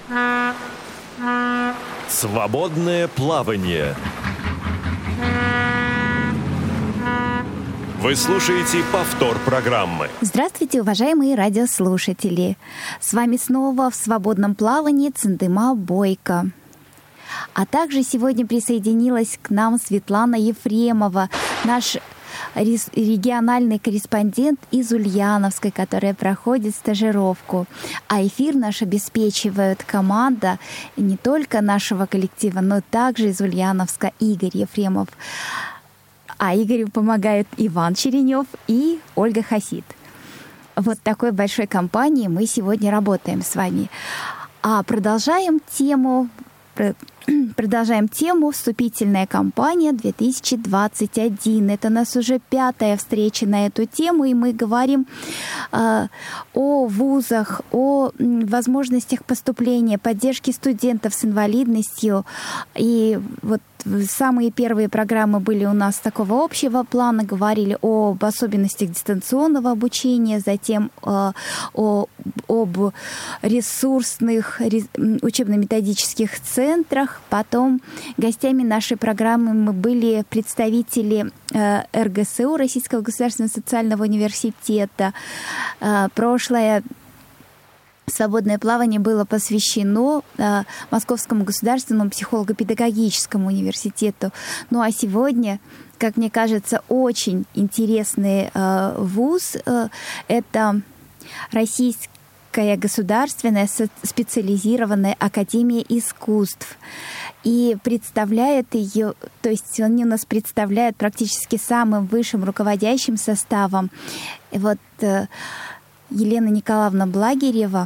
Свободное плавание. Вы слушаете повтор программы. Здравствуйте, уважаемые радиослушатели! С вами снова в свободном плавании Цендыма Бойко. А также сегодня присоединилась к нам Светлана Ефремова, наш региональный корреспондент из Ульяновской, которая проходит стажировку. А эфир наш обеспечивает команда не только нашего коллектива, но также из Ульяновска Игорь Ефремов. А Игорю помогают Иван Черенев и Ольга Хасид. Вот такой большой компанией мы сегодня работаем с вами. А продолжаем тему «Вступительная кампания 2021». Это у нас уже 5-я встреча на эту тему, и мы говорим о вузах, о возможностях поступления, поддержке студентов с инвалидностью. И вот самые первые программы были у нас такого общего плана, говорили об особенностях дистанционного обучения, затем об ресурсных учебно-методических центрах. Потом гостями нашей программы мы были представители РГСУ, Российского государственного социального университета. Прошлое свободное плавание было посвящено Московскому государственному психолого-педагогическому университету. Ну а сегодня, как мне кажется, очень интересный вуз – это Российская государственная специализированная академия искусств. И представляет ее, то есть они у нас представляют практически самым высшим руководящим составом. И вот Елена Николаевна Благирева,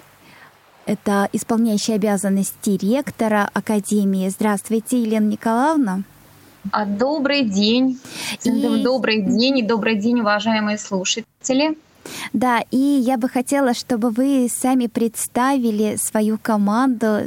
это исполняющая обязанности ректора Академии. Здравствуйте, Елена Николаевна. Добрый день. Добрый день и добрый день, уважаемые слушатели. Да, и я бы хотела, чтобы вы сами представили свою команду,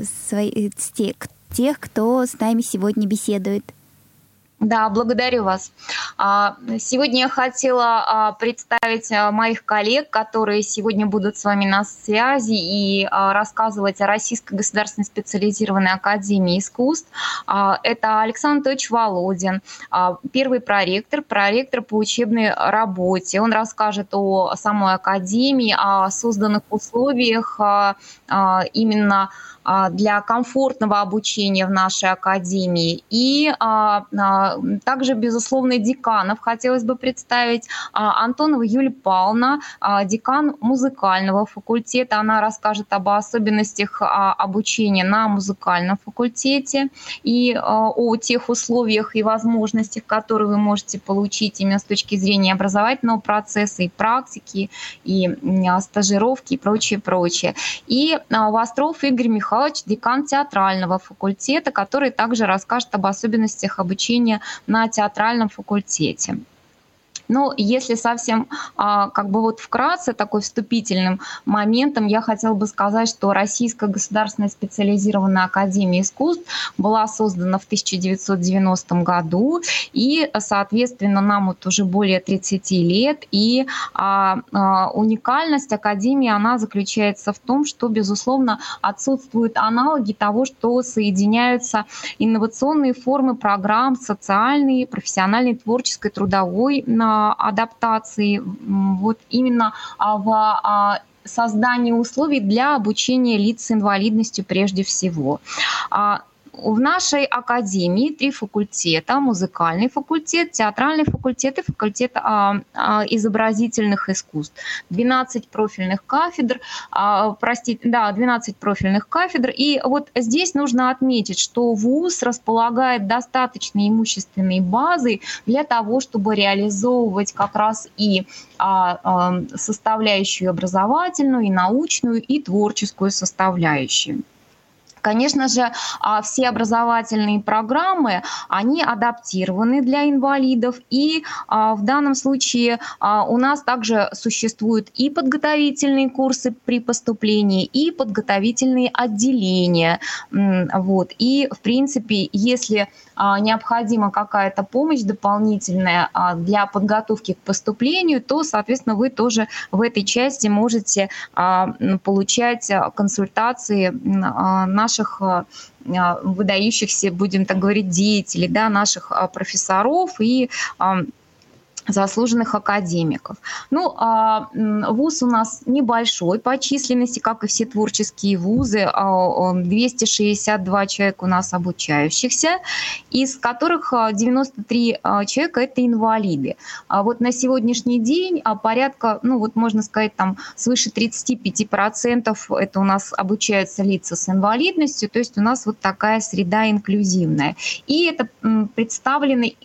тех, кто с нами сегодня беседует. Да, благодарю вас. Сегодня я хотела представить моих коллег, которые сегодня будут с вами на связи и рассказывать о Российской государственной специализированной академии искусств. Это Александр Анатольевич Володин, первый проректор по учебной работе. Он расскажет о самой академии, о созданных условиях именно для комфортного обучения в нашей академии. И также, безусловно, деканов хотелось бы представить. Антонова Юлия Павловна, декан музыкального факультета. Она расскажет об особенностях обучения на музыкальном факультете и о тех условиях и возможностях, которые вы можете получить именно с точки зрения образовательного процесса и практики, и стажировки, и прочее. И Востров Игорь Михайлович, декан театрального факультета, который также расскажет об особенностях обучения на театральном факультете. Но если совсем вкратце, такой вступительным моментом, я хотела бы сказать, что Российская государственная специализированная академия искусств была создана в 1990 году, и, соответственно, нам вот уже более 30 лет, и уникальность академии, она заключается в том, что, безусловно, отсутствуют аналоги того, что соединяются инновационные формы программ социальной, профессиональной, творческой, трудовой адаптации, вот именно в создании условий для обучения лиц с инвалидностью прежде всего. В нашей академии 3 факультета: музыкальный факультет, театральный факультет и факультет изобразительных искусств. 12 профильных кафедр, 12 профильных кафедр. И вот здесь нужно отметить, что вуз располагает достаточной имущественной базой для того, чтобы реализовывать как раз и составляющую образовательную, и научную, и творческую составляющую. Конечно же, все образовательные программы, они адаптированы для инвалидов, и в данном случае у нас также существуют и подготовительные курсы при поступлении, и подготовительные отделения. Вот. И, в принципе, если необходима какая-то помощь дополнительная для подготовки к поступлению, то, соответственно, вы тоже в этой части можете получать консультации наших выдающихся, будем так говорить, деятелей, да, наших профессоров и заслуженных академиков. Ну, вуз у нас небольшой по численности, как и все творческие вузы. 262 человека у нас обучающихся, из которых 93 человека – это инвалиды. Вот на сегодняшний день порядка, ну вот можно сказать, там свыше 35% это у нас обучаются лица с инвалидностью, то есть у нас вот такая среда инклюзивная. И это представлены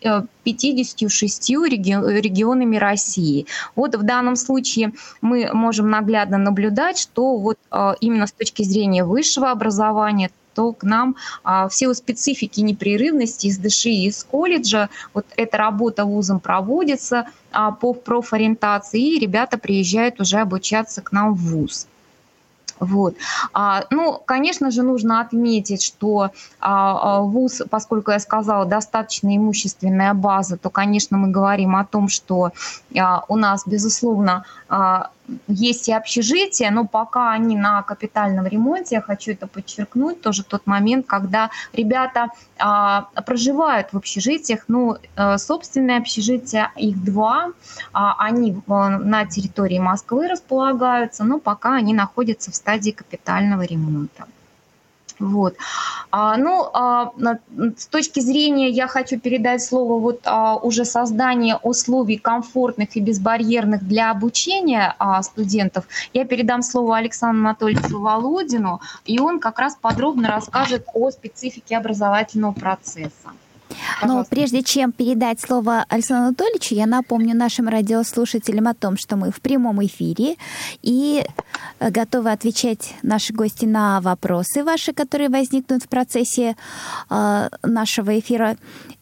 56 регионами России. Вот в данном случае мы можем наглядно наблюдать, что вот именно с точки зрения высшего образования, то к нам в силу специфики непрерывности из ДШИ и из колледжа вот эта работа вузом проводится по профориентации, и ребята приезжают уже обучаться к нам в вуз. Вот. Ну, конечно же, нужно отметить, что вуз, поскольку я сказала, достаточно имущественная база, то, конечно, мы говорим о том, что у нас, безусловно, есть и общежития, но пока они на капитальном ремонте, я хочу это подчеркнуть, тоже тот момент, когда ребята проживают в общежитиях, ну, собственные общежития, их 2, они на территории Москвы располагаются, но пока они находятся в стадии капитального ремонта. Вот. Ну, с точки зрения, я хочу передать слово вот уже создания условий комфортных и безбарьерных для обучения студентов. Я передам слово Александру Анатольевичу Володину, и он как раз подробно расскажет о специфике образовательного процесса. Но прежде чем передать слово Александру Анатольевичу, я напомню нашим радиослушателям о том, что мы в прямом эфире и готовы отвечать наши гости на вопросы ваши, которые возникнут в процессе нашего эфира.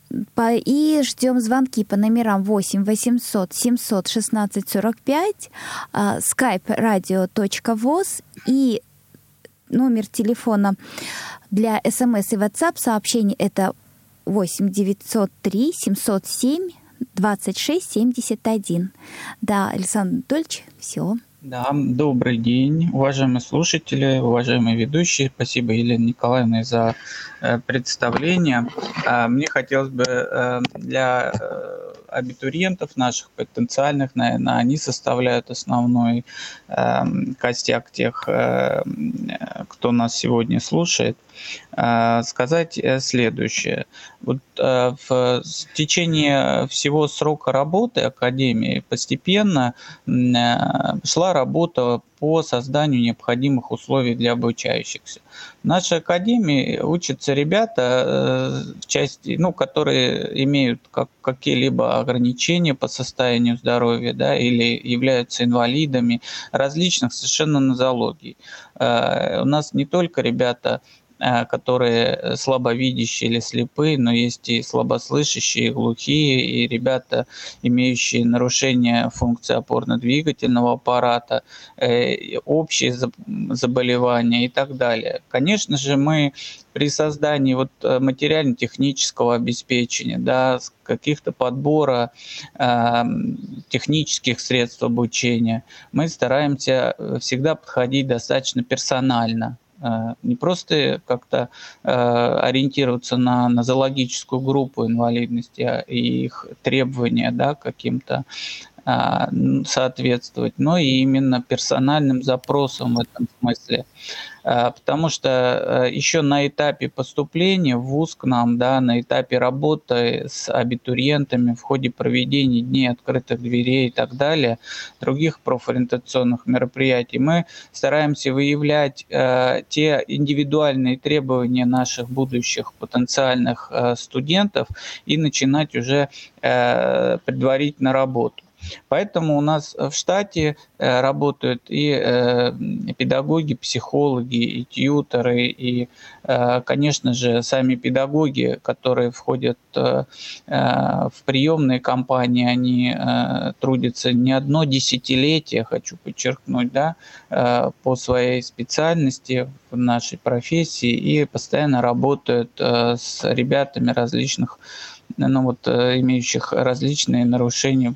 И ждем звонки по номерам 8 800 700 16 45, skype radio.voz и номер телефона для СМС и WhatsApp сообщений это 8 903 707 26 71. Да, Александр Анатольевич, все. Да, добрый день, уважаемые слушатели, уважаемые ведущие. Спасибо, Елена Николаевна, за представление. Мне хотелось бы для абитуриентов наших потенциальных, наверное, они составляют основной костяк тех, кто нас сегодня слушает, сказать следующее. Вот в течение всего срока работы Академии постепенно шла работа по созданию необходимых условий для обучающихся. В нашей академии учатся ребята, в части, ну, которые имеют какие-либо ограничения по состоянию здоровья, да, или являются инвалидами различных совершенно нозологий. У нас не только ребята, которые слабовидящие или слепые, но есть и слабослышащие, и глухие, и ребята, имеющие нарушение функции опорно-двигательного аппарата, общие заболевания и так далее. Конечно же, мы при создании вот материально-технического обеспечения, да, каких-то подбора технических средств обучения, мы стараемся всегда подходить достаточно персонально. Не просто как-то ориентироваться на нозологическую группу инвалидности и их требования, да, каким-то соответствовать, но и именно персональным запросам в этом смысле. Потому что еще на этапе поступления в вуз к нам, да, на этапе работы с абитуриентами в ходе проведения дней открытых дверей и так далее, других профориентационных мероприятий, мы стараемся выявлять те индивидуальные требования наших будущих потенциальных студентов и начинать уже предварительно работу. Поэтому у нас в штате работают и педагоги, психологи, и тьюторы, и, конечно же, сами педагоги, которые входят в приемные компании, они трудятся не одно десятилетие, хочу подчеркнуть, да, по своей специальности в нашей профессии и постоянно работают с ребятами различных, ну вот, имеющих различные нарушения.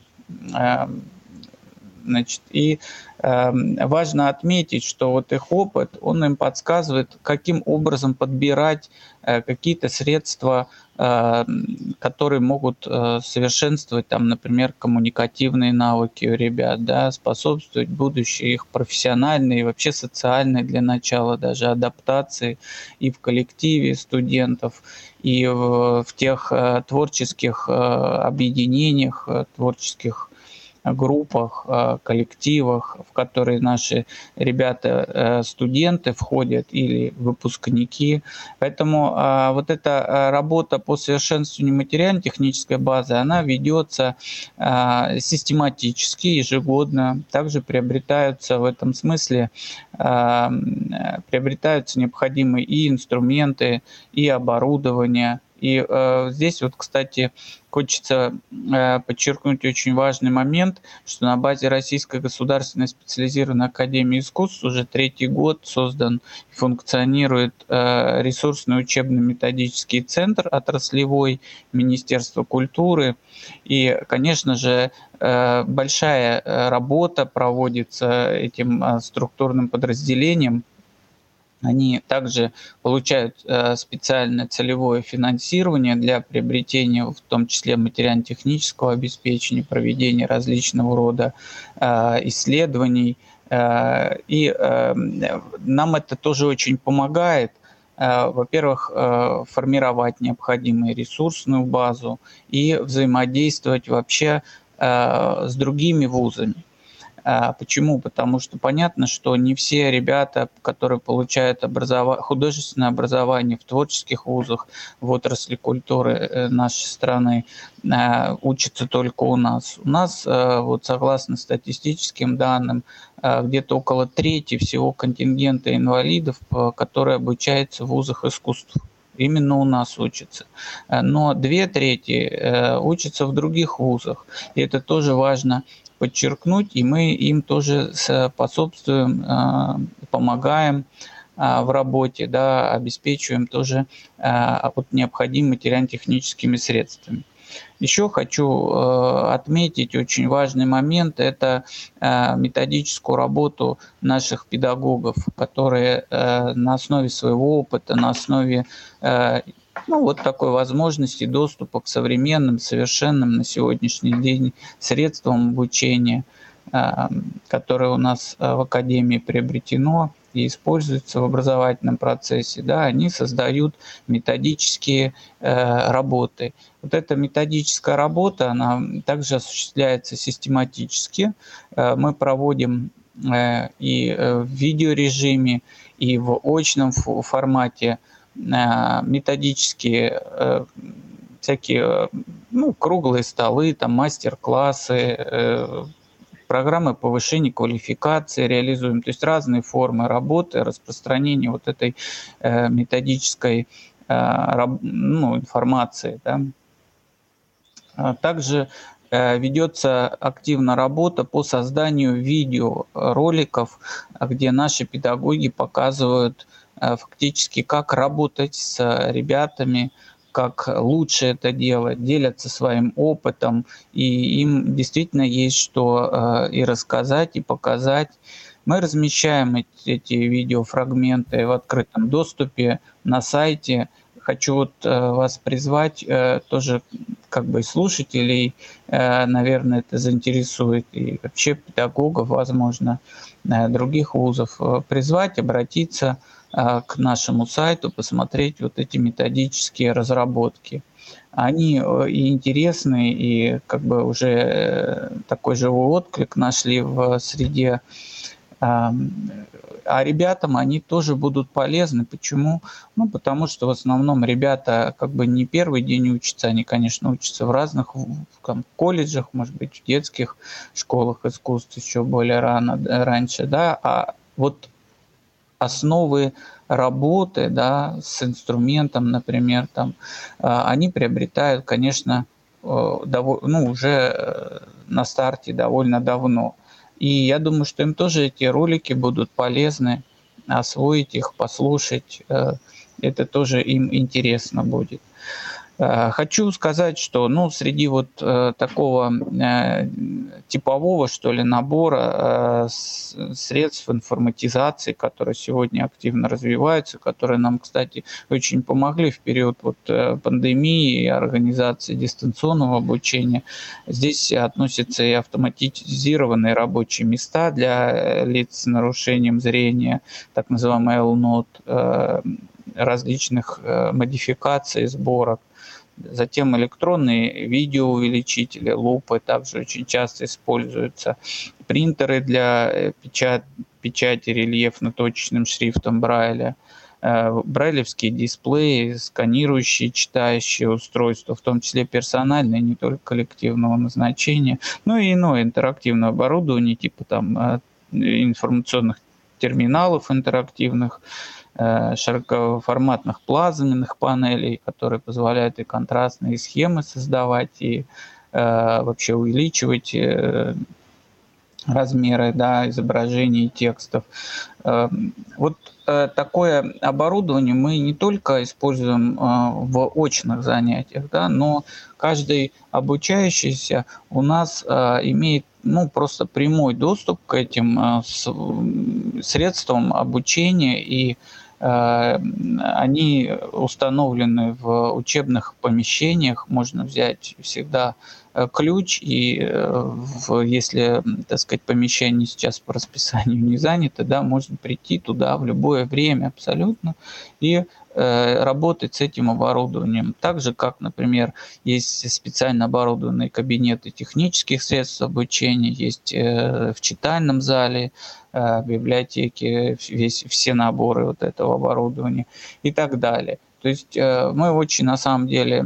Значит, и важно отметить, что вот их опыт, он им подсказывает, каким образом подбирать какие-то средства, которые могут совершенствовать, там, например, коммуникативные навыки у ребят, да, способствовать будущей их профессиональной и вообще социальной для начала даже адаптации и в коллективе студентов, и в тех творческих объединениях, творческих группах, коллективах, в которые наши ребята, студенты входят или выпускники. Поэтому вот эта работа по совершенствованию материально-технической базы, она ведется систематически, ежегодно. Также приобретаются в этом смысле приобретаются необходимые и инструменты, и оборудование. И здесь вот, кстати, хочется подчеркнуть очень важный момент, что на базе Российской государственной специализированной академии искусств уже 3-й год создан и функционирует ресурсный учебно-методический центр отраслевой Министерства культуры. И, конечно же, большая работа проводится этим структурным подразделением. Они также получают специальное целевое финансирование для приобретения, в том числе материально-технического обеспечения, проведения различного рода исследований. И нам это тоже очень помогает, во-первых, формировать необходимую ресурсную базу и взаимодействовать вообще с другими вузами. Почему? Потому что понятно, что не все ребята, которые получают художественное образование в творческих вузах, в отрасли культуры нашей страны, учатся только у нас. У нас, вот согласно статистическим данным, где-то около трети всего контингента инвалидов, которые обучаются в вузах искусств. Именно у нас учатся. Но 2/3 учатся в других вузах. И это тоже важно подчеркнуть, и мы им тоже способствуем, помогаем в работе, да, обеспечиваем тоже вот необходимыми материально-техническими средствами. Еще хочу отметить очень важный момент – это методическую работу наших педагогов, которые на основе своего опыта, на основе вот такой возможности доступа к современным, совершенным на сегодняшний день средствам обучения, которое у нас в Академии приобретено и используется в образовательном процессе, да, они создают методические работы. Вот эта методическая работа, она также осуществляется систематически. Мы проводим и в видеорежиме, и в очном формате методические всякие круглые столы, там мастер-классы, программы повышения квалификации реализуем, то есть разные формы работы, распространения вот этой методической информации. Да. Также ведется активно работа по созданию видеороликов, где наши педагоги показывают фактически, как работать с ребятами, как лучше это делать, делятся своим опытом, и им действительно есть что и рассказать, и показать. Мы размещаем эти видеофрагменты в открытом доступе на сайте. Хочу вот вас призвать, тоже как бы и слушателей, наверное, это заинтересует, и вообще педагогов, возможно, других вузов, призвать, обратиться к нашему сайту, посмотреть вот эти методические разработки. Они и интересны, и как бы уже такой живой отклик нашли в среде А ребятам они тоже будут полезны. Почему? Ну, потому что в основном ребята как бы не первый день учатся, они, конечно, учатся в разных колледжах, может быть, в детских школах искусств еще более раньше, да, а вот основы работы, да, с инструментом, например, там, они приобретают, конечно, уже на старте довольно давно. И я думаю, что им тоже эти ролики будут полезны, освоить их, послушать. Это тоже им интересно будет. Хочу сказать, что среди вот такого типового, что ли, набора средств информатизации, которые сегодня активно развиваются, которые нам, кстати, очень помогли в период вот пандемии и организации дистанционного обучения, здесь относятся и автоматизированные рабочие места для лиц с нарушением зрения, так называемый L-Note, различных модификаций, сборок. Затем электронные видеоувеличители, лупы также очень часто используются. Принтеры для печати рельефно-точечным шрифтом Брайля. Брайлевские дисплеи, сканирующие, читающие устройства, в том числе персональные, не только коллективного назначения, но и иное интерактивное оборудование, типа там информационных терминалов интерактивных, широкоформатных плазменных панелей, которые позволяют и контрастные схемы создавать, и вообще увеличивать размеры, да, изображений и текстов. Вот такое оборудование мы не только используем в очных занятиях, да, но каждый обучающийся у нас имеет просто прямой доступ к этим средствам обучения, и они установлены в учебных помещениях. Можно взять всегда ключ, и если, так сказать, помещение сейчас по расписанию не занято, да, можно прийти туда в любое время абсолютно и работать с этим оборудованием. Так же, как, например, есть специально оборудованные кабинеты технических средств обучения, есть в читальном зале, в библиотеке все наборы вот этого оборудования и так далее. То есть мы очень, на самом деле,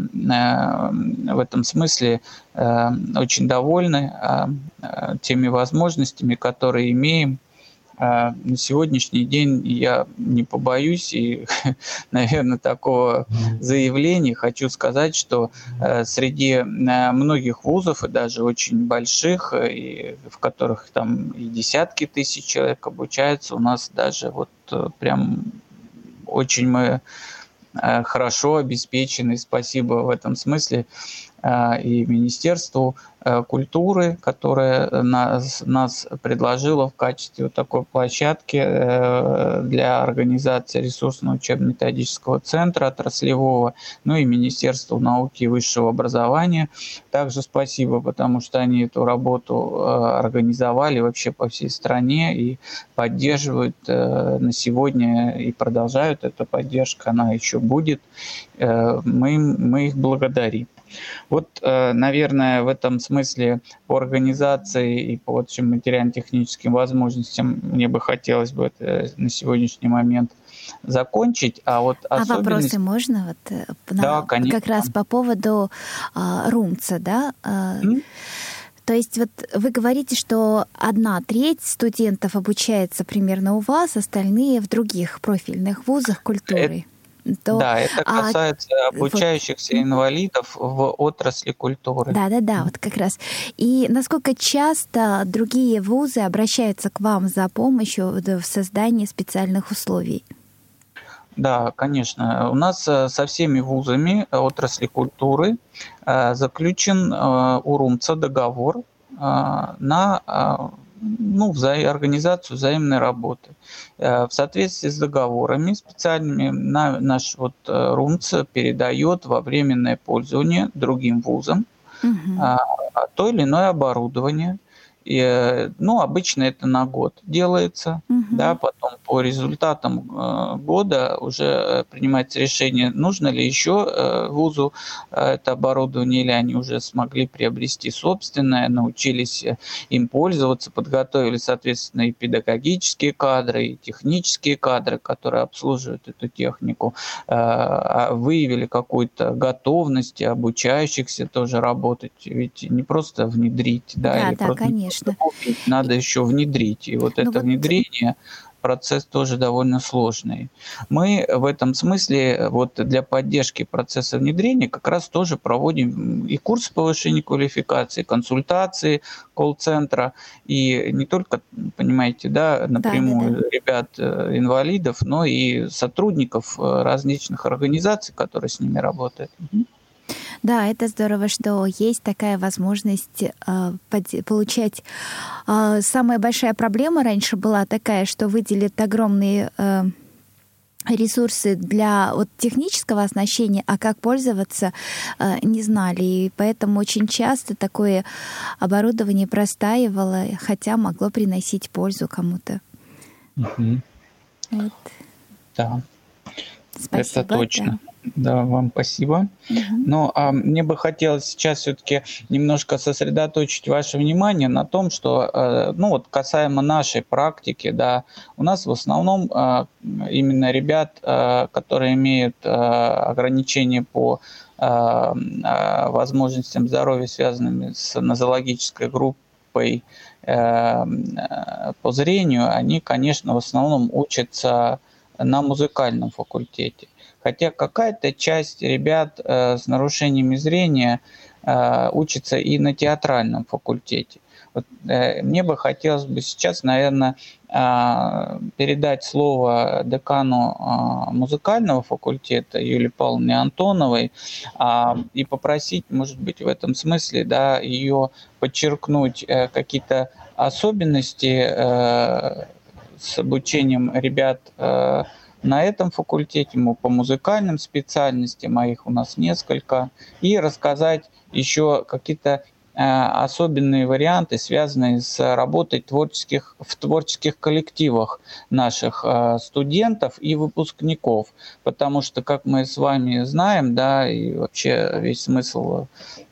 в этом смысле очень довольны теми возможностями, которые имеем. На сегодняшний день я не побоюсь и, наверное, такого заявления хочу сказать, что среди многих вузов, и даже очень больших, и в которых там и десятки тысяч человек обучаются, у нас даже вот прям очень мы хорошо обеспечены. Спасибо в этом смысле и Министерству культуры, которое нас предложило в качестве вот такой площадки для организации ресурсно-учебно-методического центра отраслевого, ну и Министерству науки и высшего образования. Также спасибо, потому что они эту работу организовали вообще по всей стране и поддерживают на сегодня и продолжают эту поддержку, она еще будет. Мы их благодарим. Вот, наверное, в этом смысле по организации и по общим материально-техническим возможностям мне бы хотелось бы это на сегодняшний момент закончить. А вопросы можно? Да, конечно. Как раз по поводу РУМЦа, да? То есть вот вы говорите, что 1/3 студентов обучается примерно у вас, остальные в других профильных вузах культуры. Да, это касается обучающихся инвалидов в отрасли культуры. Да, вот как раз. И насколько часто другие вузы обращаются к вам за помощью в создании специальных условий? Да, конечно. У нас со всеми вузами отрасли культуры заключен у РУМЦа договор на организацию взаимной работы. В соответствии с договорами специальными наш РУМЦ передает во временное пользование другим вузам то или иное оборудование. Ну, обычно это на год делается, да, потом по результатам года уже принимается решение, нужно ли еще вузу это оборудование, или они уже смогли приобрести собственное, научились им пользоваться, подготовили, соответственно, и педагогические кадры, и технические кадры, которые обслуживают эту технику, выявили какую-то готовность обучающихся тоже работать, ведь не просто внедрить, да, или просто конечно. Купить, надо еще внедрить. И вот это внедрение, процесс тоже довольно сложный. Мы в этом смысле вот для поддержки процесса внедрения как раз тоже проводим и курсы повышения квалификации, консультации колл-центра, и не только, понимаете, да, напрямую ребят-инвалидов, но и сотрудников различных организаций, которые с ними работают. Да, это здорово, что есть такая возможность получать. Самая большая проблема раньше была такая, что выделят огромные ресурсы для технического оснащения, а как пользоваться не знали. И поэтому очень часто такое оборудование простаивало, хотя могло приносить пользу кому-то. Вот. Да, спасибо, это точно. Да, вам спасибо. Ну, а мне бы хотелось сейчас все-таки немножко сосредоточить ваше внимание на том, что, ну вот касаемо нашей практики, да, у нас в основном именно ребят, которые имеют ограничения по возможностям здоровья, связанными с нозологической группой по зрению, они, конечно, в основном учатся на музыкальном факультете. Хотя какая-то часть ребят с нарушениями зрения учится и на театральном факультете. Вот, мне бы хотелось бы сейчас, наверное, передать слово декану музыкального факультета Юлии Павловне Антоновой и попросить, может быть, в этом смысле, да, ее подчеркнуть какие-то особенности с обучением ребят на этом факультете, по музыкальным специальностям, а их у нас несколько, и рассказать еще какие-то особенные варианты, связанные с работой в творческих коллективах наших студентов и выпускников. Потому что, как мы с вами знаем, да, и вообще весь смысл,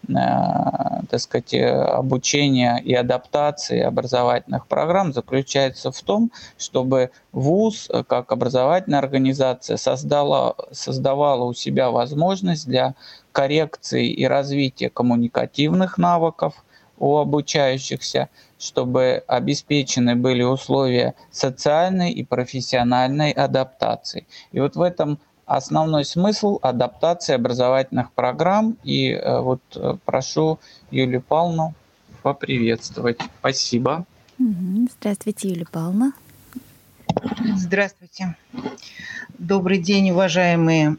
так сказать, обучения и адаптации образовательных программ заключается в том, чтобы вуз, как образовательная организация, создавала у себя возможность для коррекции и развития коммуникативных навыков у обучающихся, чтобы обеспечены были условия социальной и профессиональной адаптации. И вот в этом основной смысл адаптации образовательных программ. И вот прошу Юлию Павловну поприветствовать. Спасибо. Здравствуйте, Юлия Павловна. Здравствуйте. Добрый день, уважаемые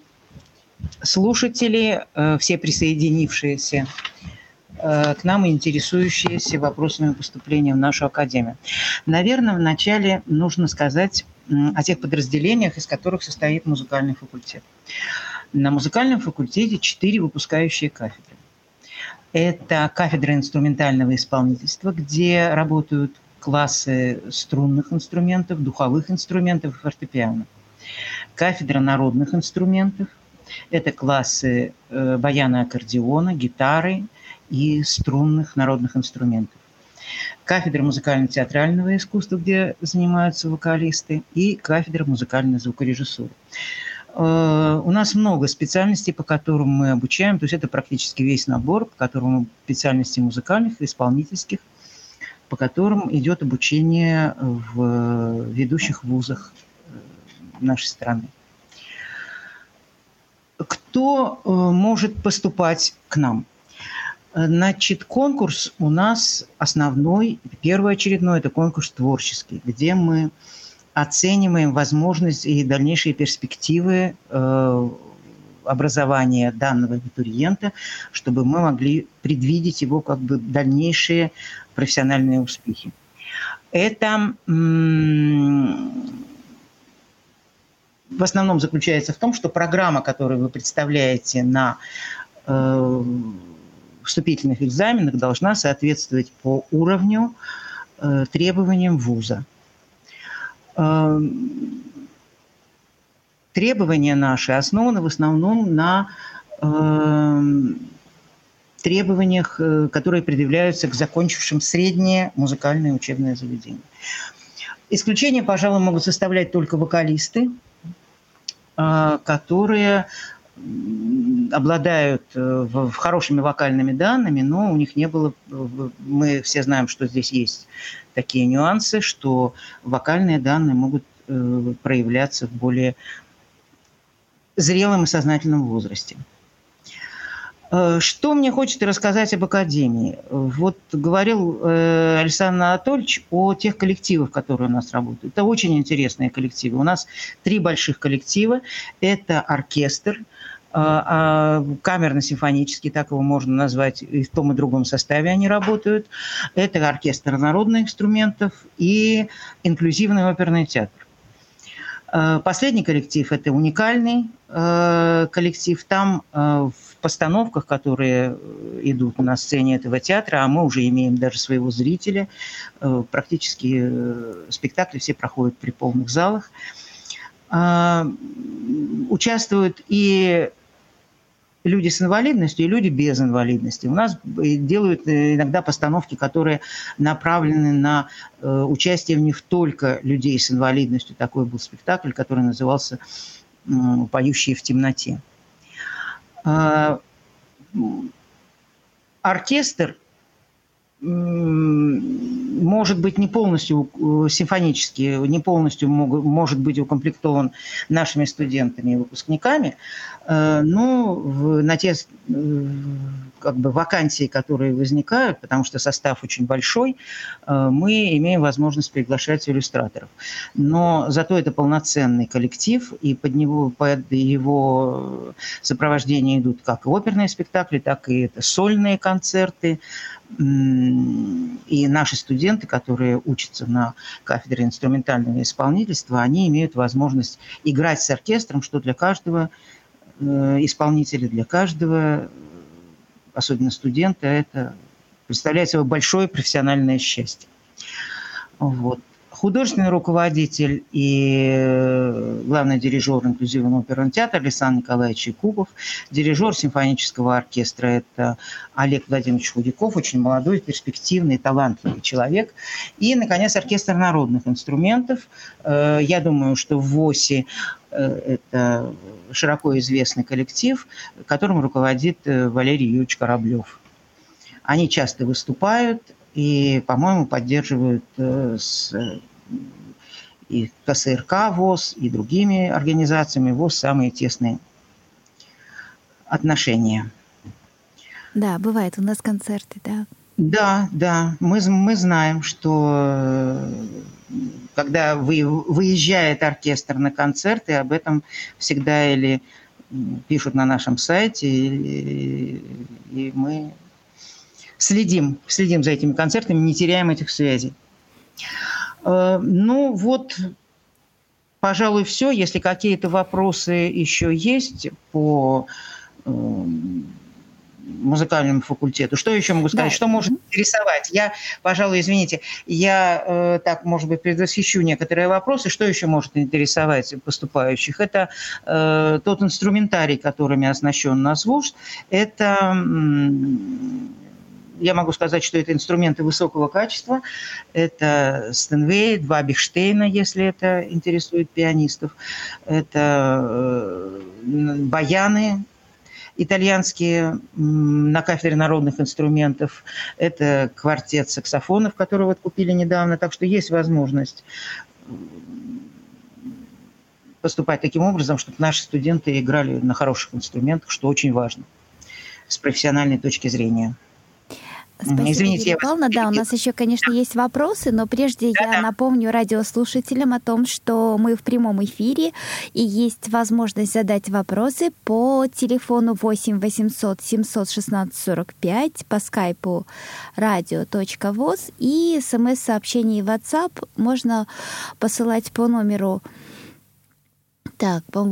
слушатели, все присоединившиеся к нам и интересующиеся вопросами поступления в нашу академию. Наверное, вначале нужно сказать о тех подразделениях, из которых состоит музыкальный факультет. На музыкальном факультете 4 выпускающие кафедры. Это кафедра инструментального исполнительства, где работают классы струнных инструментов, духовых инструментов и фортепиано. Кафедра народных инструментов. Это классы баяна, аккордеона, гитары и струнных народных инструментов. Кафедра музыкально-театрального искусства, где занимаются вокалисты, и кафедра музыкальной звукорежиссуры. У нас много специальностей, по которым мы обучаем, то есть это практически весь набор, по которому специальностей музыкальных, исполнительских, по которым идет обучение в ведущих вузах нашей страны. Кто может поступать к нам? Значит, конкурс у нас основной, первоочередной, это конкурс творческий, где мы оцениваем возможность и дальнейшие перспективы образования данного абитуриента, чтобы мы могли предвидеть его как бы дальнейшие профессиональные успехи. Это в основном заключается в том, что программа, которую вы представляете на вступительных экзаменах, должна соответствовать по уровню требованиям вуза. Требования наши основаны в основном на требованиях, которые предъявляются к закончившим среднее музыкальное учебное заведение. Исключение, пожалуй, могут составлять только вокалисты, которые обладают хорошими вокальными данными, но у них не было... Мы все знаем, что здесь есть такие нюансы, что вокальные данные могут проявляться в более зрелом и сознательном возрасте. Что мне хочется рассказать об Академии? Вот говорил Александр Анатольевич о тех коллективах, которые у нас работают. Это очень интересные коллективы. У нас 3 больших коллектива. Это оркестр, камерно-симфонический, так его можно назвать, и в том и другом составе они работают. Это оркестр народных инструментов и инклюзивный оперный театр. Последний коллектив – это уникальный коллектив. Там в постановках, которые идут на сцене этого театра, а мы уже имеем даже своего зрителя, практически спектакли все проходят при полных залах, участвуют и люди с инвалидностью, и люди без инвалидности. У нас делают иногда постановки, которые направлены на участие в них только людей с инвалидностью. Такой был спектакль, который назывался «Поющие в темноте». Оркестр может быть не полностью симфонический, не полностью может быть укомплектован нашими студентами и выпускниками, но на те вакансии, которые возникают, потому что состав очень большой, мы имеем возможность приглашать иллюстраторов. Но зато это полноценный коллектив, и под его сопровождение идут как оперные спектакли, так и сольные концерты. И наши студенты, которые учатся на кафедре инструментального исполнительства, они имеют возможность играть с оркестром, что для каждого исполнителя, для каждого, особенно студента, это представляет собой большое профессиональное счастье. Вот. Художественный руководитель и главный дирижер инклюзивного оперного театра Александр Николаевич Якубов, дирижер симфонического оркестра – это Олег Владимирович Худяков, очень молодой, перспективный, талантливый человек. И, наконец, оркестр народных инструментов. Я думаю, что в ВОСе это широко известный коллектив, которым руководит Валерий Юрьевич Кораблев. Они часто выступают и, по-моему, поддерживают и КСРК ВОС, и другими организациями ВОС самые тесные отношения. Да, бывают у нас концерты, да. Да, мы знаем, что когда выезжает оркестр на концерты, об этом всегда или пишут на нашем сайте, и мы следим за этими концертами, не теряем этих связей. Ну вот, пожалуй, все. Если какие-то вопросы еще есть по музыкальному факультету, что еще могу сказать? Да. Что может интересовать? Пожалуй, извините, так, может быть, предвосхищу некоторые вопросы. Что еще может интересовать поступающих? Это тот инструментарий, которыми оснащен наш вуз. Это... Я могу сказать, что это инструменты высокого качества. Это Стенвей, 2 Бехштейна, если это интересует пианистов. Это баяны итальянские на кафедре народных инструментов. Это квартет саксофонов, который вот купили недавно. Так что есть возможность поступать таким образом, чтобы наши студенты играли на хороших инструментах, что очень важно с профессиональной точки зрения. Спасибо, извините, Юлия Павловна. Да, у нас еще, конечно, есть вопросы, но прежде я напомню радиослушателям о том, что мы в прямом эфире, и есть возможность задать вопросы по телефону 8 800 716 45, по скайпу radio.voz, и смс-сообщение в WhatsApp можно посылать по номеру Так, по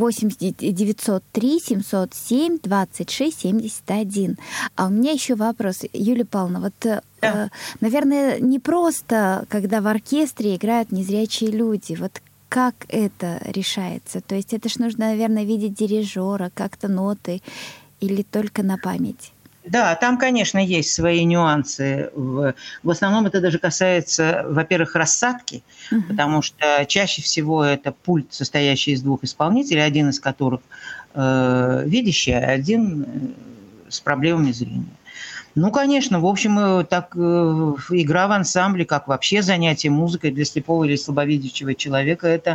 8-903-707-26-71. А у меня еще вопрос, Юлия Павловна. Вот, наверное, не просто, когда в оркестре играют незрячие люди. Вот как это решается? То есть это ж нужно, наверное, видеть дирижера, как-то ноты или только на память? Да, там, конечно, есть свои нюансы. В основном это даже касается, во-первых, рассадки, потому что чаще всего это пульт, состоящий из двух исполнителей, один из которых видящий, а один с проблемами зрения. Ну, конечно, в общем, так игра в ансамбле, как вообще занятие музыкой для слепого или слабовидящего человека, это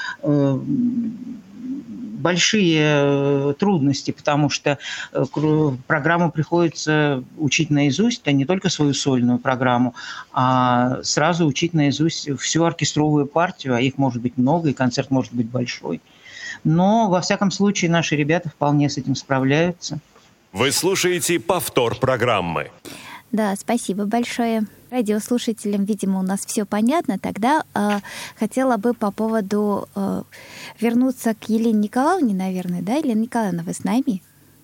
большие трудности, потому что программу приходится учить наизусть, а не только свою сольную программу, а сразу учить наизусть всю оркестровую партию, а их может быть много, и концерт может быть большой. Но, во всяком случае, наши ребята вполне с этим справляются. Вы слушаете повтор программы. Да, спасибо большое. Радиослушателям, видимо, у нас все понятно. Тогда хотела бы по поводу вернуться к Елене Николаевне, наверное, да? Елена Николаевна, вы с нами?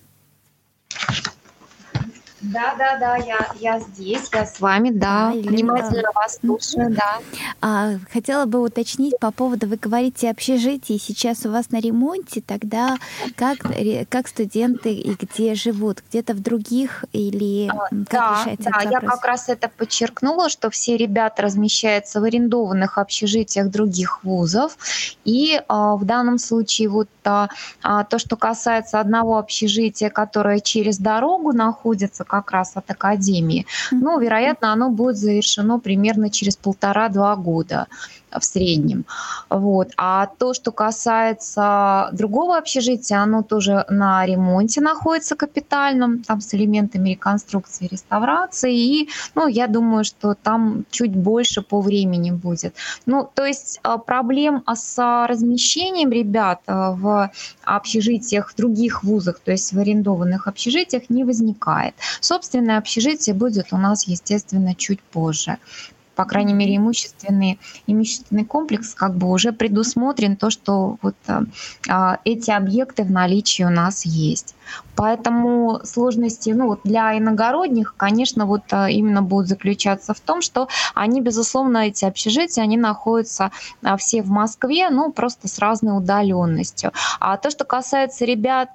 Да, я здесь, я с вами, да, внимательно вас слушаю, да. Хотела бы уточнить по поводу, вы говорите, общежитие сейчас у вас на ремонте, тогда как студенты и где живут? Где-то в других или как решается этот вопрос? Я как раз это подчеркнула, что все ребята размещаются в арендованных общежитиях других вузов, и в данном случае вот то, что касается одного общежития, которое через дорогу находится, как раз от академии, ну, вероятно, оно будет завершено примерно через 1,5-2 года в среднем. Вот. А то, что касается другого общежития, оно тоже на ремонте находится капитальном, там с элементами реконструкции и реставрации. И, ну, я думаю, что там чуть больше по времени будет. Ну, то есть проблем с размещением ребят в общежитиях в других вузах, то есть в арендованных общежитиях, не возникает. Собственное общежитие будет у нас, естественно, чуть позже. По крайней мере, имущественный комплекс как бы уже предусмотрен, то, что вот эти объекты в наличии у нас есть. Поэтому сложности, ну, вот для иногородних, конечно, вот именно будут заключаться в том, что они, безусловно, эти общежития, они находятся все в Москве, но просто с разной удаленностью. А то, что касается ребят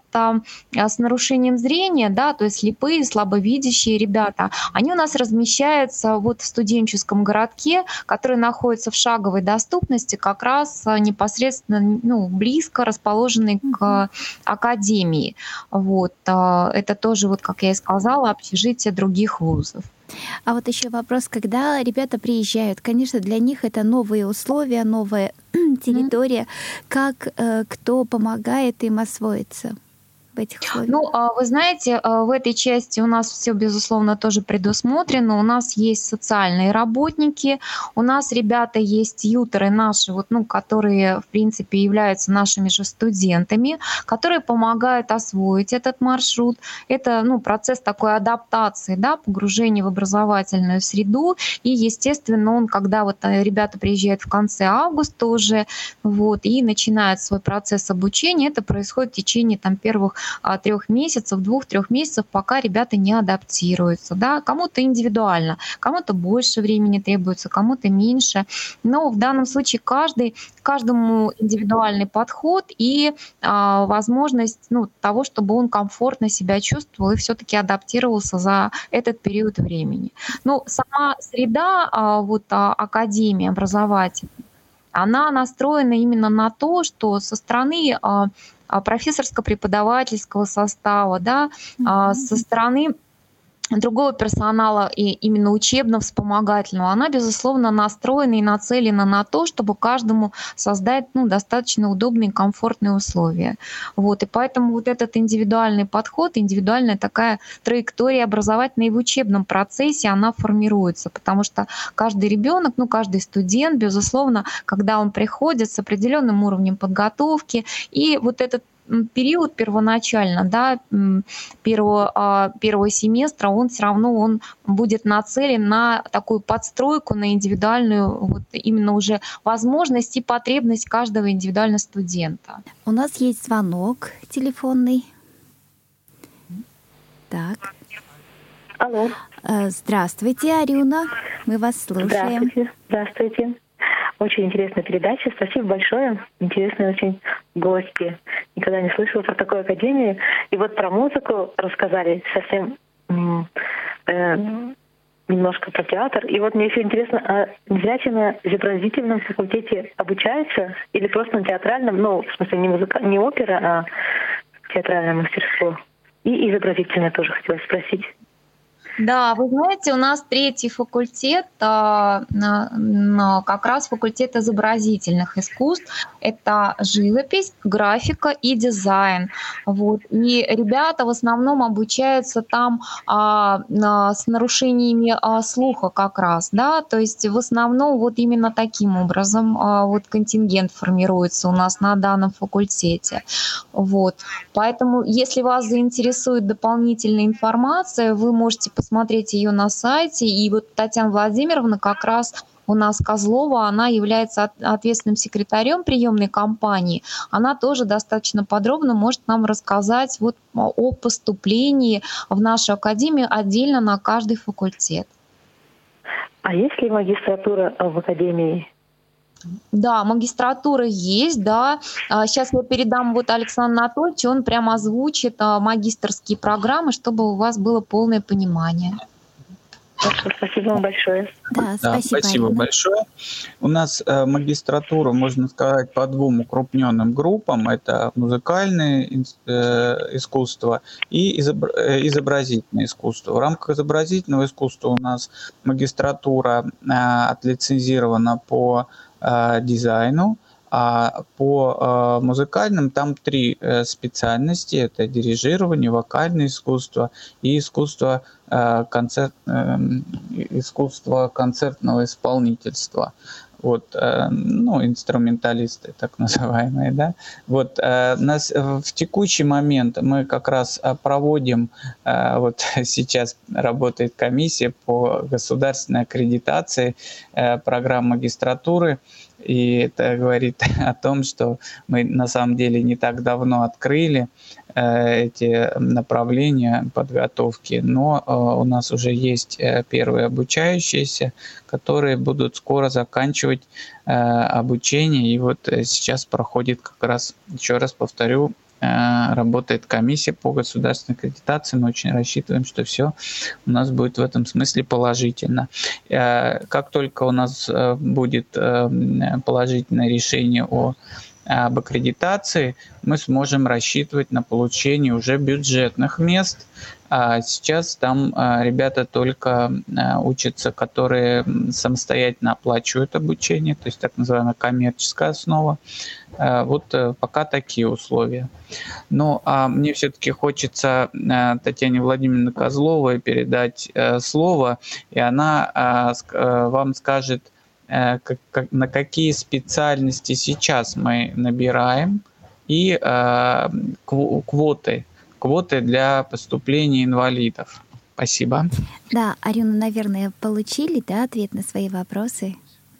с нарушением зрения, да, то есть слепые, слабовидящие ребята, они у нас размещаются вот в студенческом городке, который находится в шаговой доступности, как раз непосредственно, ну, близко расположенный к академии. Вот. Это тоже, вот, как я и сказала, общежитие других вузов. А вот еще вопрос, когда ребята приезжают, конечно, для них это новые условия, новая территория. Как кто помогает им освоиться в этих условиях? Ну, вы знаете, в этой части у нас все, безусловно, тоже предусмотрено. У нас есть социальные работники, у нас ребята есть тьюторы наши, вот, ну, которые, в принципе, являются нашими же студентами, которые помогают освоить этот маршрут. Это, ну, процесс такой адаптации, да, погружения в образовательную среду. И, естественно, он, когда вот ребята приезжают в конце августа уже, вот, и начинают свой процесс обучения, это происходит в течение там первых 3 месяцев, 2-3 месяцев, пока ребята не адаптируются. Да? Кому-то индивидуально, кому-то больше времени требуется, кому-то меньше. Но в данном случае каждому индивидуальный подход и возможность, ну, того, чтобы он комфортно себя чувствовал и все-таки адаптировался за этот период времени. Ну, сама среда вот, академии образовательной, она настроена именно на то, что со стороны профессорско-преподавательского состава, да, со стороны другого персонала, и именно учебно-вспомогательного, она, безусловно, настроена и нацелена на то, чтобы каждому создать, ну, достаточно удобные и комфортные условия. Вот. И поэтому вот этот индивидуальный подход, индивидуальная такая траектория образовательная и в учебном процессе, она формируется, потому что каждый ребенок, ну, каждый студент, безусловно, когда он приходит с определенным уровнем подготовки, и вот этот период первоначально, да, первого семестра, он все равно он будет нацелен на такую подстройку, на индивидуальную вот именно уже возможность и потребность каждого индивидуального студента. У нас есть звонок телефонный. Так. Алло. Здравствуйте, Арюна. Мы вас слушаем. Здравствуйте. Очень интересная передача. Спасибо большое. Интересные очень гости. Никогда не слышала про такую академию. И вот про музыку рассказали совсем немножко про театр. И вот мне еще интересно, а незрячие на изобразительном факультете обучаются или просто на театральном? Ну, в смысле, не опера, а театральное мастерство. И изобразительное тоже хотела спросить. Да, вы знаете, у нас 3-й факультет, как раз факультет изобразительных искусств. Это живопись, графика и дизайн. Вот. И ребята в основном обучаются там с нарушениями слуха как раз, да, то есть в основном вот именно таким образом вот контингент формируется у нас на данном факультете. Вот. Поэтому, если вас заинтересует дополнительная информация, вы можете посмотреть ее на сайте. И вот Татьяна Владимировна как раз у нас Козлова, она является ответственным секретарем приемной кампании. Она тоже достаточно подробно может нам рассказать вот о поступлении в нашу академию отдельно на каждый факультет. А есть ли магистратура в академии? Да, магистратура есть, да. Сейчас я передам вот Александру Анатольевичу, он прямо озвучит магистерские программы, чтобы у вас было полное понимание. Хорошо, спасибо вам большое. Да, спасибо большое. У нас магистратура, можно сказать, по 2 укрупненным группам. Это музыкальное искусство и изобразительное искусство. В рамках изобразительного искусства у нас магистратура отлицензирована по дизайну, а по музыкальным там 3 специальности. Это дирижирование, вокальное искусство и искусство концертного исполнительства. Вот, ну, инструменталисты, так называемые, да. Вот, в текущий момент мы как раз проводим, вот сейчас работает комиссия по государственной аккредитации программ магистратуры, и это говорит о том, что мы на самом деле не так давно открыли эти направления подготовки, но у нас уже есть первые обучающиеся, которые будут скоро заканчивать обучение. И вот сейчас проходит как раз, еще раз повторю, работает комиссия по государственной аккредитации. Мы очень рассчитываем, что все у нас будет в этом смысле положительно. Как только у нас будет положительное решение об аккредитации, мы сможем рассчитывать на получение уже бюджетных мест. А сейчас там ребята только учатся, которые самостоятельно оплачивают обучение, то есть так называемая коммерческая основа. Вот пока такие условия. Ну, а мне все-таки хочется Татьяне Владимировне Козловой передать слово, и она вам скажет, на какие специальности сейчас мы набираем, и квоты для поступления инвалидов. Спасибо. Да, Арюна, наверное, получили, да, ответ на свои вопросы?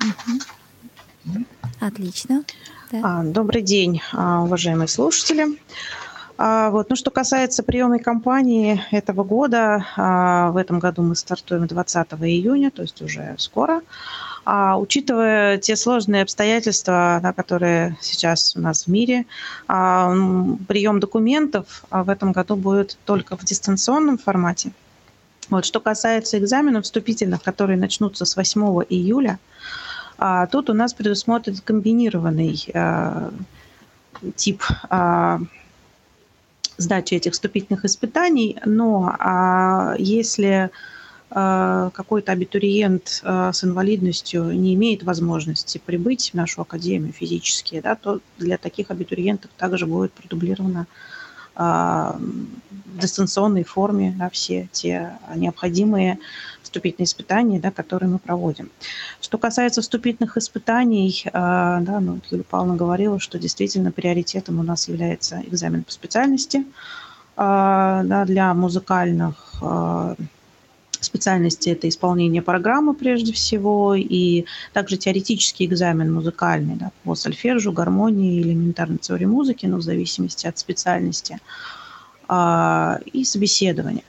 Угу. Отлично. Да. Добрый день, уважаемые слушатели. Вот, что касается приемной кампании этого года, в этом году мы стартуем 20 июня, то есть уже скоро. Учитывая те сложные обстоятельства, которые сейчас у нас в мире, прием документов в этом году будет только в дистанционном формате. Вот, что касается экзаменов вступительных, которые начнутся с 8 июля, тут у нас предусмотрен комбинированный тип сдачи этих вступительных испытаний, но если какой-то абитуриент с инвалидностью не имеет возможности прибыть в нашу академию физически, да, то для таких абитуриентов также будет продублирована в дистанционной форме, да, все те необходимые вступительные испытания, да, которые мы проводим. Что касается вступительных испытаний, да, ну, Юлия Павловна говорила, что действительно приоритетом у нас является экзамен по специальности, да, для музыкальных специальностей это исполнение программы прежде всего, и также теоретический экзамен музыкальный, да, по сольфеджио, гармонии, элементарной теории музыки, но в зависимости от специальности, и собеседование.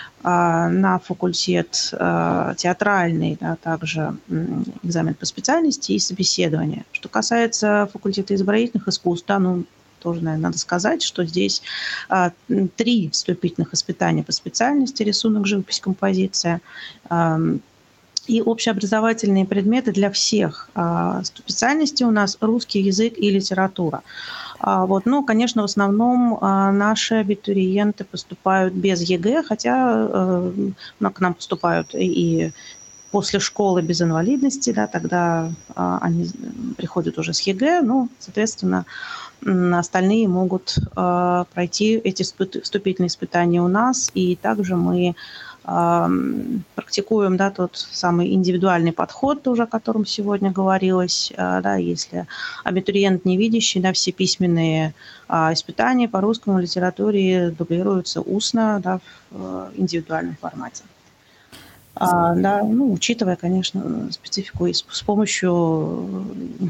На факультет театральный, да, также экзамен по специальности и собеседование. Что касается факультета изобразительных искусств, да, ну, тоже, наверное, надо сказать, что здесь 3 вступительных испытания по специальности: рисунок, живопись, композиция, и общеобразовательные предметы для всех специальностей у нас русский язык и литература. Вот. Ну, конечно, в основном наши абитуриенты поступают без ЕГЭ, хотя к нам поступают и после школы без инвалидности, да, тогда они приходят уже с ЕГЭ, ну, соответственно, остальные могут пройти эти вступительные испытания у нас, и также мы практикуем, да, тот самый индивидуальный подход, тоже о котором сегодня говорилось, да, если абитуриент невидящий, да, все письменные испытания по русскому литературе дублируются устно, да, в индивидуальном формате. Да, ну, учитывая, конечно, специфику с помощью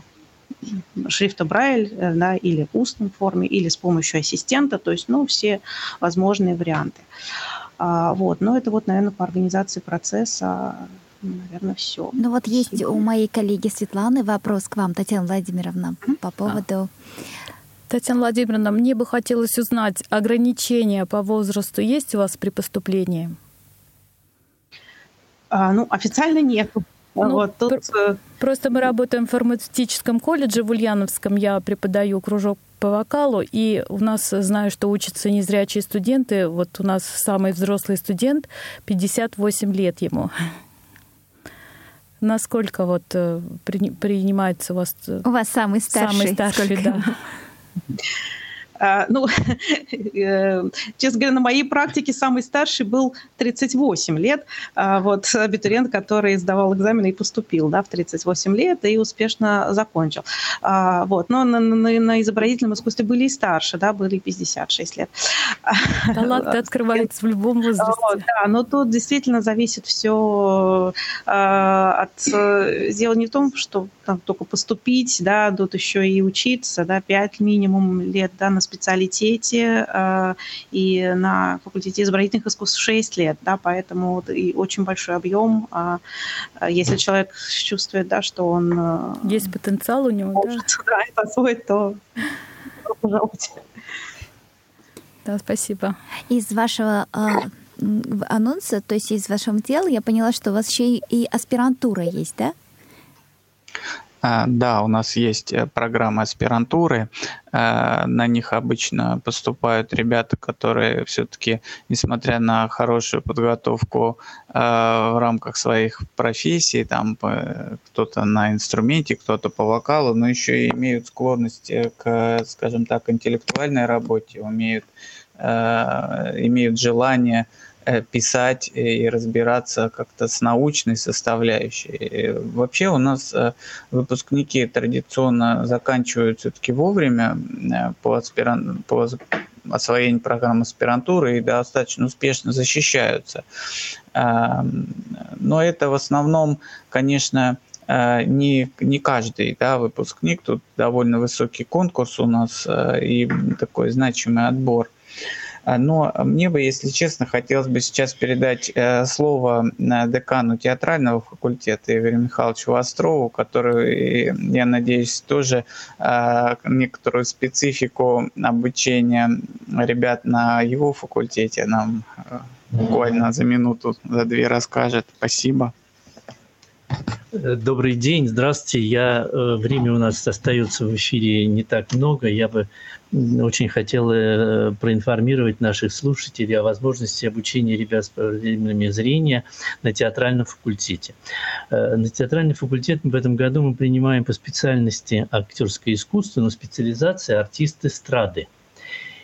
шрифта Брайль, да, или в устной форме, или с помощью ассистента, то есть, ну, все возможные варианты. Вот, но это вот, наверное, по организации процесса, наверное, все. Ну вот есть у моей коллеги Светланы вопрос к вам, Татьяна Владимировна, по поводу... Татьяна Владимировна, мне бы хотелось узнать, ограничения по возрасту есть у вас при поступлении? Ну, официально нет. Ну, вот, тут... Просто мы работаем в фармацевтическом колледже в Ульяновском, я преподаю кружок по вокалу, и у нас, знаю, что учатся незрячие студенты. Вот у нас самый взрослый студент, 58 лет ему. Насколько вот принимается у вас... У вас самый старший. Самый старший, да. Ну, честно говоря, на моей практике самый старший был 38 лет. Вот абитуриент, который сдавал экзамены и поступил, да, в 38 лет и успешно закончил. Вот. Но на изобразительном искусстве были и старше, да, были 56 лет. Таланты открываются в любом возрасте. Вот, да, но тут действительно зависит все от... Дело не в том, что там только поступить, да, тут еще и учиться, да, 5 минимум лет, да, на специалитете, и на факультете изобразительных искусств 6 лет, да, поэтому и очень большой объем. Если человек чувствует, да, что он... Есть потенциал у него, может, да, это освоить, то пожалуйста. Да, спасибо. Из вашего анонса, то есть из вашего дела, я поняла, что у вас еще и аспирантура есть, да? Да, у нас есть программа аспирантуры. На них обычно поступают ребята, которые все-таки, несмотря на хорошую подготовку в рамках своих профессий, там кто-то на инструменте, кто-то по вокалу, но еще и имеют склонность к, скажем так, интеллектуальной работе, имеют желание писать и разбираться как-то с научной составляющей. И вообще у нас выпускники традиционно заканчивают все-таки вовремя по освоению программы аспирантуры и достаточно успешно защищаются. Но это в основном, конечно, не каждый, да, выпускник. Тут довольно высокий конкурс у нас и такой значимый отбор. Но мне бы, если честно, хотелось бы сейчас передать слово декану театрального факультета Игорю Михайловичу Острову, который, я надеюсь, тоже некоторую специфику обучения ребят на его факультете нам буквально за минуту, за 2 расскажет. Спасибо. Добрый день, здравствуйте. Время у нас остается в эфире не так много. Я бы очень хотел проинформировать наших слушателей о возможности обучения ребят с проблемами зрения на театральном факультете. На театральный факультет в этом году мы принимаем по специальности актерское искусство, но специализация артист эстрады.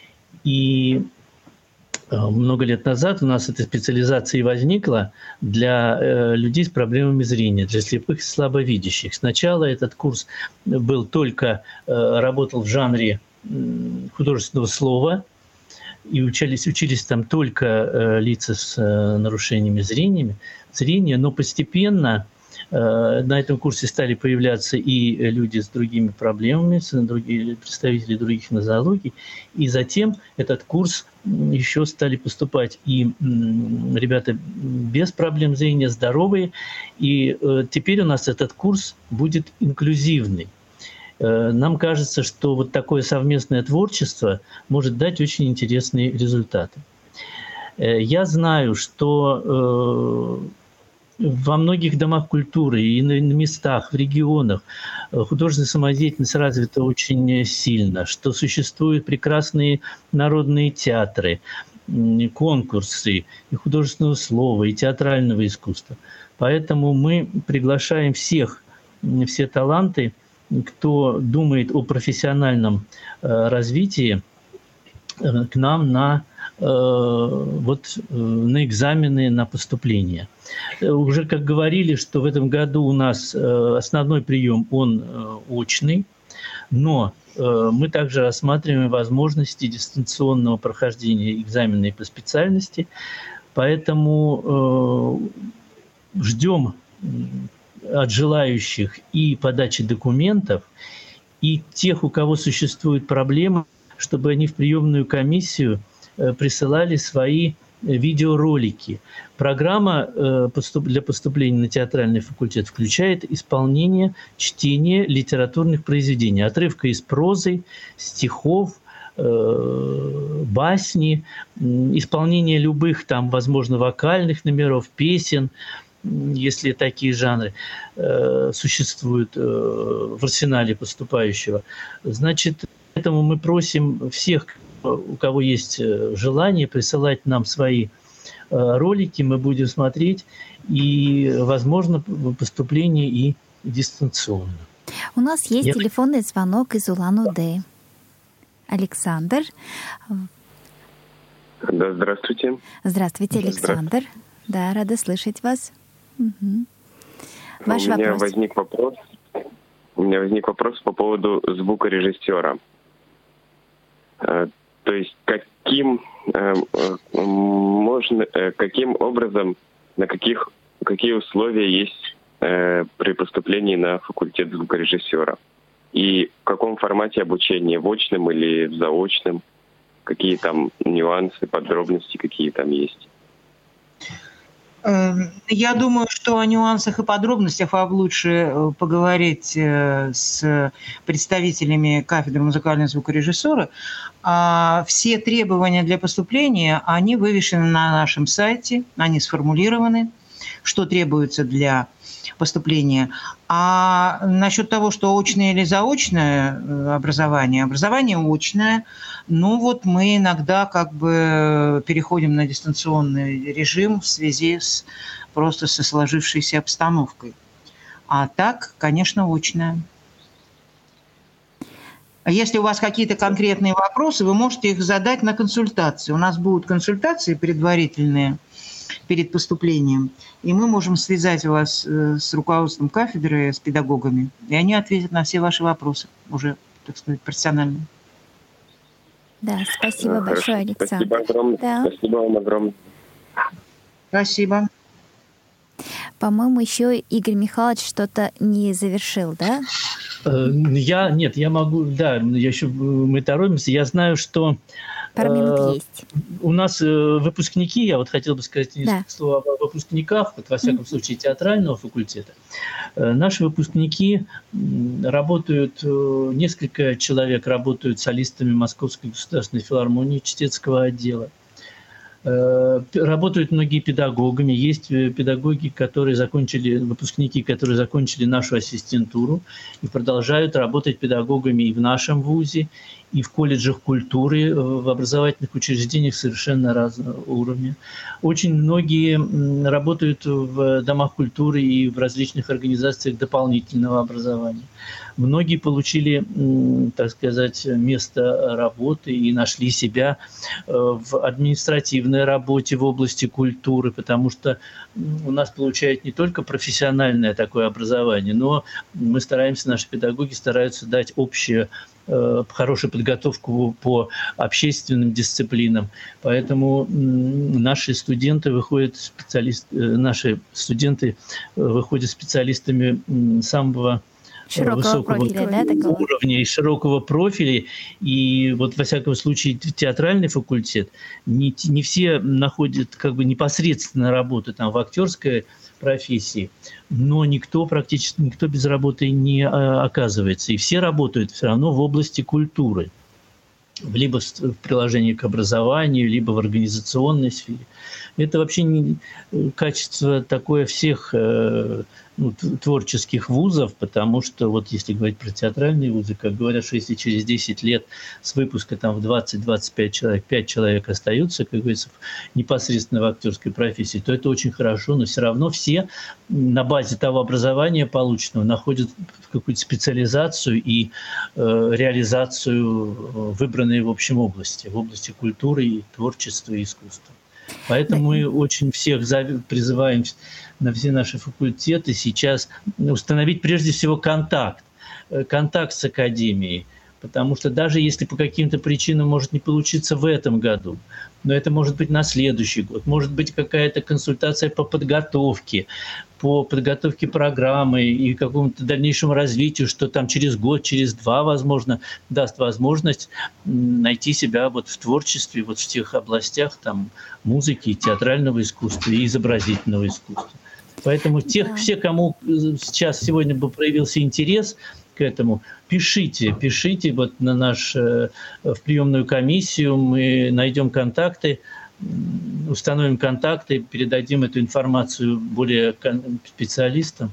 И много лет назад у нас эта специализация и возникла для людей с проблемами зрения, для слепых и слабовидящих. Сначала этот курс был работал в жанре художественного слова, и учились там только лица с нарушениями зрения, но постепенно на этом курсе стали появляться и люди с другими проблемами, представители других нозологий, и затем этот курс еще стали поступать и ребята без проблем зрения, здоровые, и теперь у нас этот курс будет инклюзивный. Нам кажется, что вот такое совместное творчество может дать очень интересные результаты. Я знаю, что во многих домах культуры и на местах, в регионах художественная самодеятельность развита очень сильно, что существуют прекрасные народные театры, конкурсы и художественного слова, и театрального искусства. Поэтому мы приглашаем все таланты, кто думает о профессиональном развитии, к нам на экзамены на поступление. Уже как говорили, что в этом году у нас основной прием, он очный, но мы также рассматриваем возможности дистанционного прохождения экзамена по специальности, поэтому ждем от желающих и подачи документов, и тех, у кого существуют проблемы, чтобы они в приемную комиссию присылали свои видеоролики. Программа для поступления на театральный факультет включает исполнение чтения литературных произведений, отрывка из прозы, стихов, басни, исполнение любых там, возможно, вокальных номеров, песен, если такие жанры существуют в арсенале поступающего. Значит, поэтому мы просим всех, у кого есть желание, присылать нам свои ролики, мы будем смотреть, и, возможно, поступление и дистанционно. У нас есть телефонный звонок из Улан-Удэ. Александр. Да, здравствуйте. Здравствуйте, Александр. Да, рада слышать вас. Угу. Ваш вопрос. У меня возник вопрос по поводу звукорежиссера. То есть каким образом, какие условия есть при поступлении на факультет звукорежиссера? И в каком формате обучения, в очном или в заочном? Какие там нюансы, подробности, какие там есть? Я думаю, что о нюансах и подробностях вам лучше поговорить с представителями кафедры музыкального звукорежиссуры. Все требования для поступления, они вывешены на нашем сайте, они сформулированы, что требуется для поступления. А насчет того, что очное или заочное образование очное, ну вот мы иногда как бы переходим на дистанционный режим в связи просто со сложившейся обстановкой. А так, конечно, очное. А если у вас какие-то конкретные вопросы, вы можете их задать на консультации. У нас будут консультации предварительные перед поступлением, и мы можем связать вас с руководством кафедры, с педагогами, и они ответят на все ваши вопросы уже, так сказать, профессионально. Да, спасибо большое, Александр. Спасибо огромное. Да. Спасибо вам огромное. Спасибо. По-моему, еще Игорь Михайлович что-то не завершил, да? Я могу, да, мы торопимся. Я знаю, что пару минут есть. У нас выпускники, я вот хотел бы сказать несколько слов о выпускниках, вот, во всяком случае, театрального факультета. Наши выпускники работают, несколько человек работают солистами Московской государственной филармонии, чтецкого отдела. Работают многие педагогами. Есть педагоги, выпускники, которые закончили нашу ассистентуру и продолжают работать педагогами и в нашем вузе, и в колледжах культуры, в образовательных учреждениях совершенно разного уровня. Очень многие работают в домах культуры и в различных организациях дополнительного образования. Многие получили, так сказать, место работы и нашли себя в административной работе в области культуры, потому что у нас получают не только профессиональное такое образование, но мы стараемся, наши педагоги стараются дать общую, хорошую подготовку по общественным дисциплинам. Поэтому наши студенты выходят специалистами самого высокого уровня и широкого профиля. И вот, во всяком случае, театральный факультет, не все находят непосредственно работу там, в актерской профессии, но практически никто без работы не оказывается. И все работают все равно в области культуры. Либо в приложении к образованию, либо в организационной сфере. Это вообще качество такое всех творческих вузов, потому что вот если говорить про театральные вузы, как говорят, что если через 10 лет с выпуска там в 20-25 человек, 5 человек остаются, как говорится, непосредственно в актерской профессии, то это очень хорошо, но все равно все на базе того образования полученного находят какую-то специализацию и реализацию выбранной в общем области, в области культуры, и творчества и искусства. Поэтому мы очень всех призываем на все наши факультеты сейчас установить прежде всего контакт с академией, потому что даже если по каким-то причинам может не получиться в этом году, но это может быть на следующий год, может быть какая-то консультация по подготовке программы и какому-то дальнейшему развитию, что там через год, через два, возможно, даст возможность найти себя вот в творчестве, вот в тех областях там музыки, театрального искусства и изобразительного искусства. Поэтому все, кому сегодня бы проявился интерес к этому, пишите вот на в приемную комиссию, мы найдем контакты, установим контакты, передадим эту информацию более специалистам.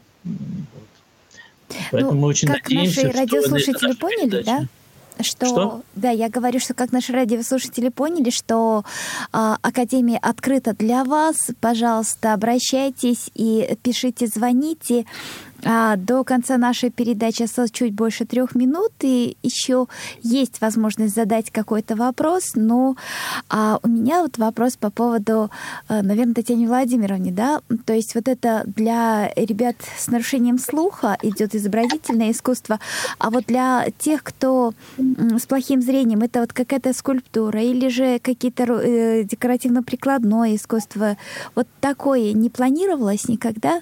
Поэтому мы очень надеемся, наши радиослушатели поняли, да? Что? Да, я говорю, что как наши радиослушатели поняли, что Академия открыта для вас. Пожалуйста, обращайтесь и пишите, звоните. До конца нашей передачи осталось чуть больше 3 минут, и еще есть возможность задать какой-то вопрос, но у меня вот вопрос по поводу, наверное, Татьяне Владимировне, да, то есть вот это для ребят с нарушением слуха идет изобразительное искусство, а вот для тех, кто с плохим зрением, это вот какая-то скульптура или же какие-то декоративно-прикладное искусство, вот такое не планировалось никогда?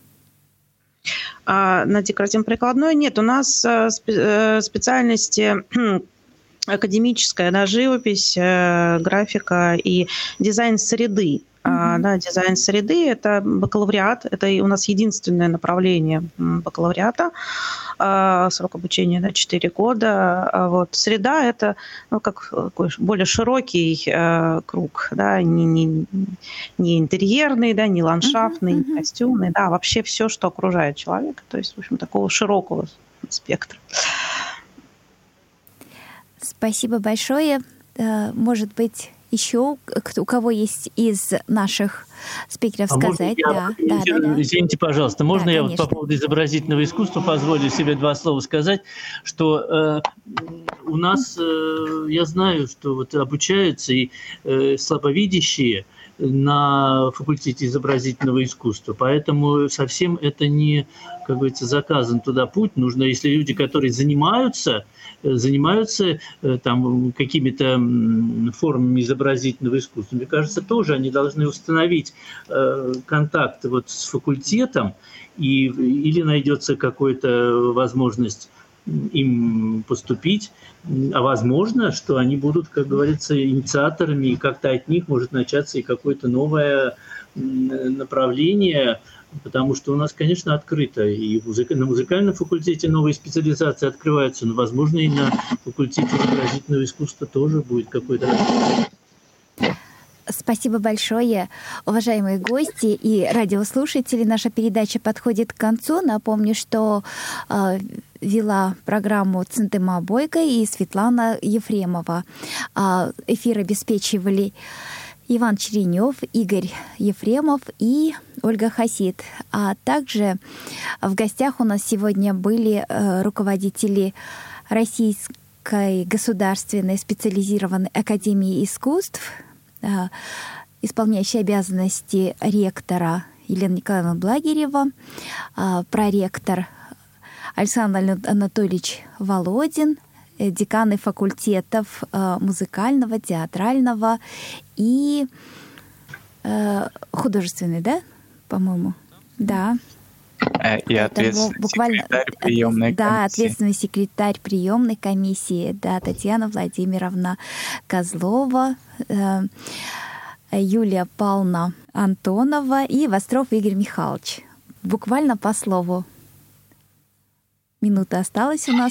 На декоративно-прикладной нет. У нас специальности академическая, да, живопись, графика и дизайн среды. Да, дизайн среды – это бакалавриат, это у нас единственное направление бакалавриата, срок обучения 4 года. Вот. Среда – это как такой более широкий круг, да, не интерьерный, да, не ландшафтный, не костюмный, да, вообще все, что окружает человека, то есть, в общем, такого широкого спектра. Спасибо большое. Может быть, еще у кого есть из наших спикеров сказать? Извините, пожалуйста, можно я вот по поводу изобразительного искусства позволю себе 2 слова сказать, что у нас, я знаю, что вот обучаются и слабовидящие на факультете изобразительного искусства, поэтому совсем это не, как говорится, заказан туда путь. Нужно, если люди, которые занимаются там какими-то формами изобразительного искусства, мне кажется, тоже они должны установить контакт вот с факультетом, или найдется какая-то возможность им поступить, а возможно, что они будут, как говорится, инициаторами, и как-то от них может начаться и какое-то новое направление, потому что у нас, конечно, открыто, и на музыкальном факультете новые специализации открываются, но, возможно, и на факультете изобразительного искусства тоже будет какой-то развитие. Спасибо большое, уважаемые гости и радиослушатели. Наша передача подходит к концу. Напомню, что вела программу Центыма Бойко и Светлана Ефремова. Эфир обеспечивали Иван Черенев, Игорь Ефремов и Ольга Хасид. А также в гостях у нас сегодня были руководители Российской государственной специализированной академии искусств, исполняющий обязанности ректора Елена Николаевна Благирева, проректор Александр Анатольевич Володин, деканы факультетов музыкального, театрального и художественный, да, по-моему? Да. И ответственный секретарь приемной комиссии. Да, ответственный секретарь приемной комиссии, да, Татьяна Владимировна Козлова, Юлия Павловна Антонова и Востров Игорь Михайлович. Буквально по слову. Минута осталась у нас.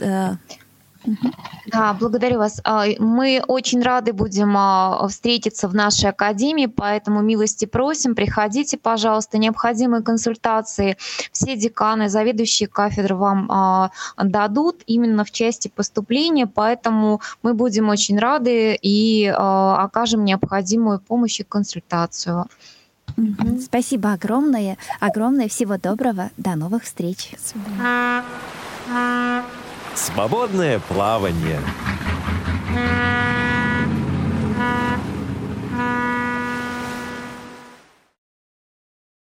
Да, благодарю вас. Мы очень рады будем встретиться в нашей академии, поэтому милости просим, приходите, пожалуйста, необходимые консультации все деканы, заведующие кафедры вам дадут именно в части поступления, поэтому мы будем очень рады и окажем необходимую помощь и консультацию. Спасибо огромное. Всего доброго. До новых встреч. Свободное плавание.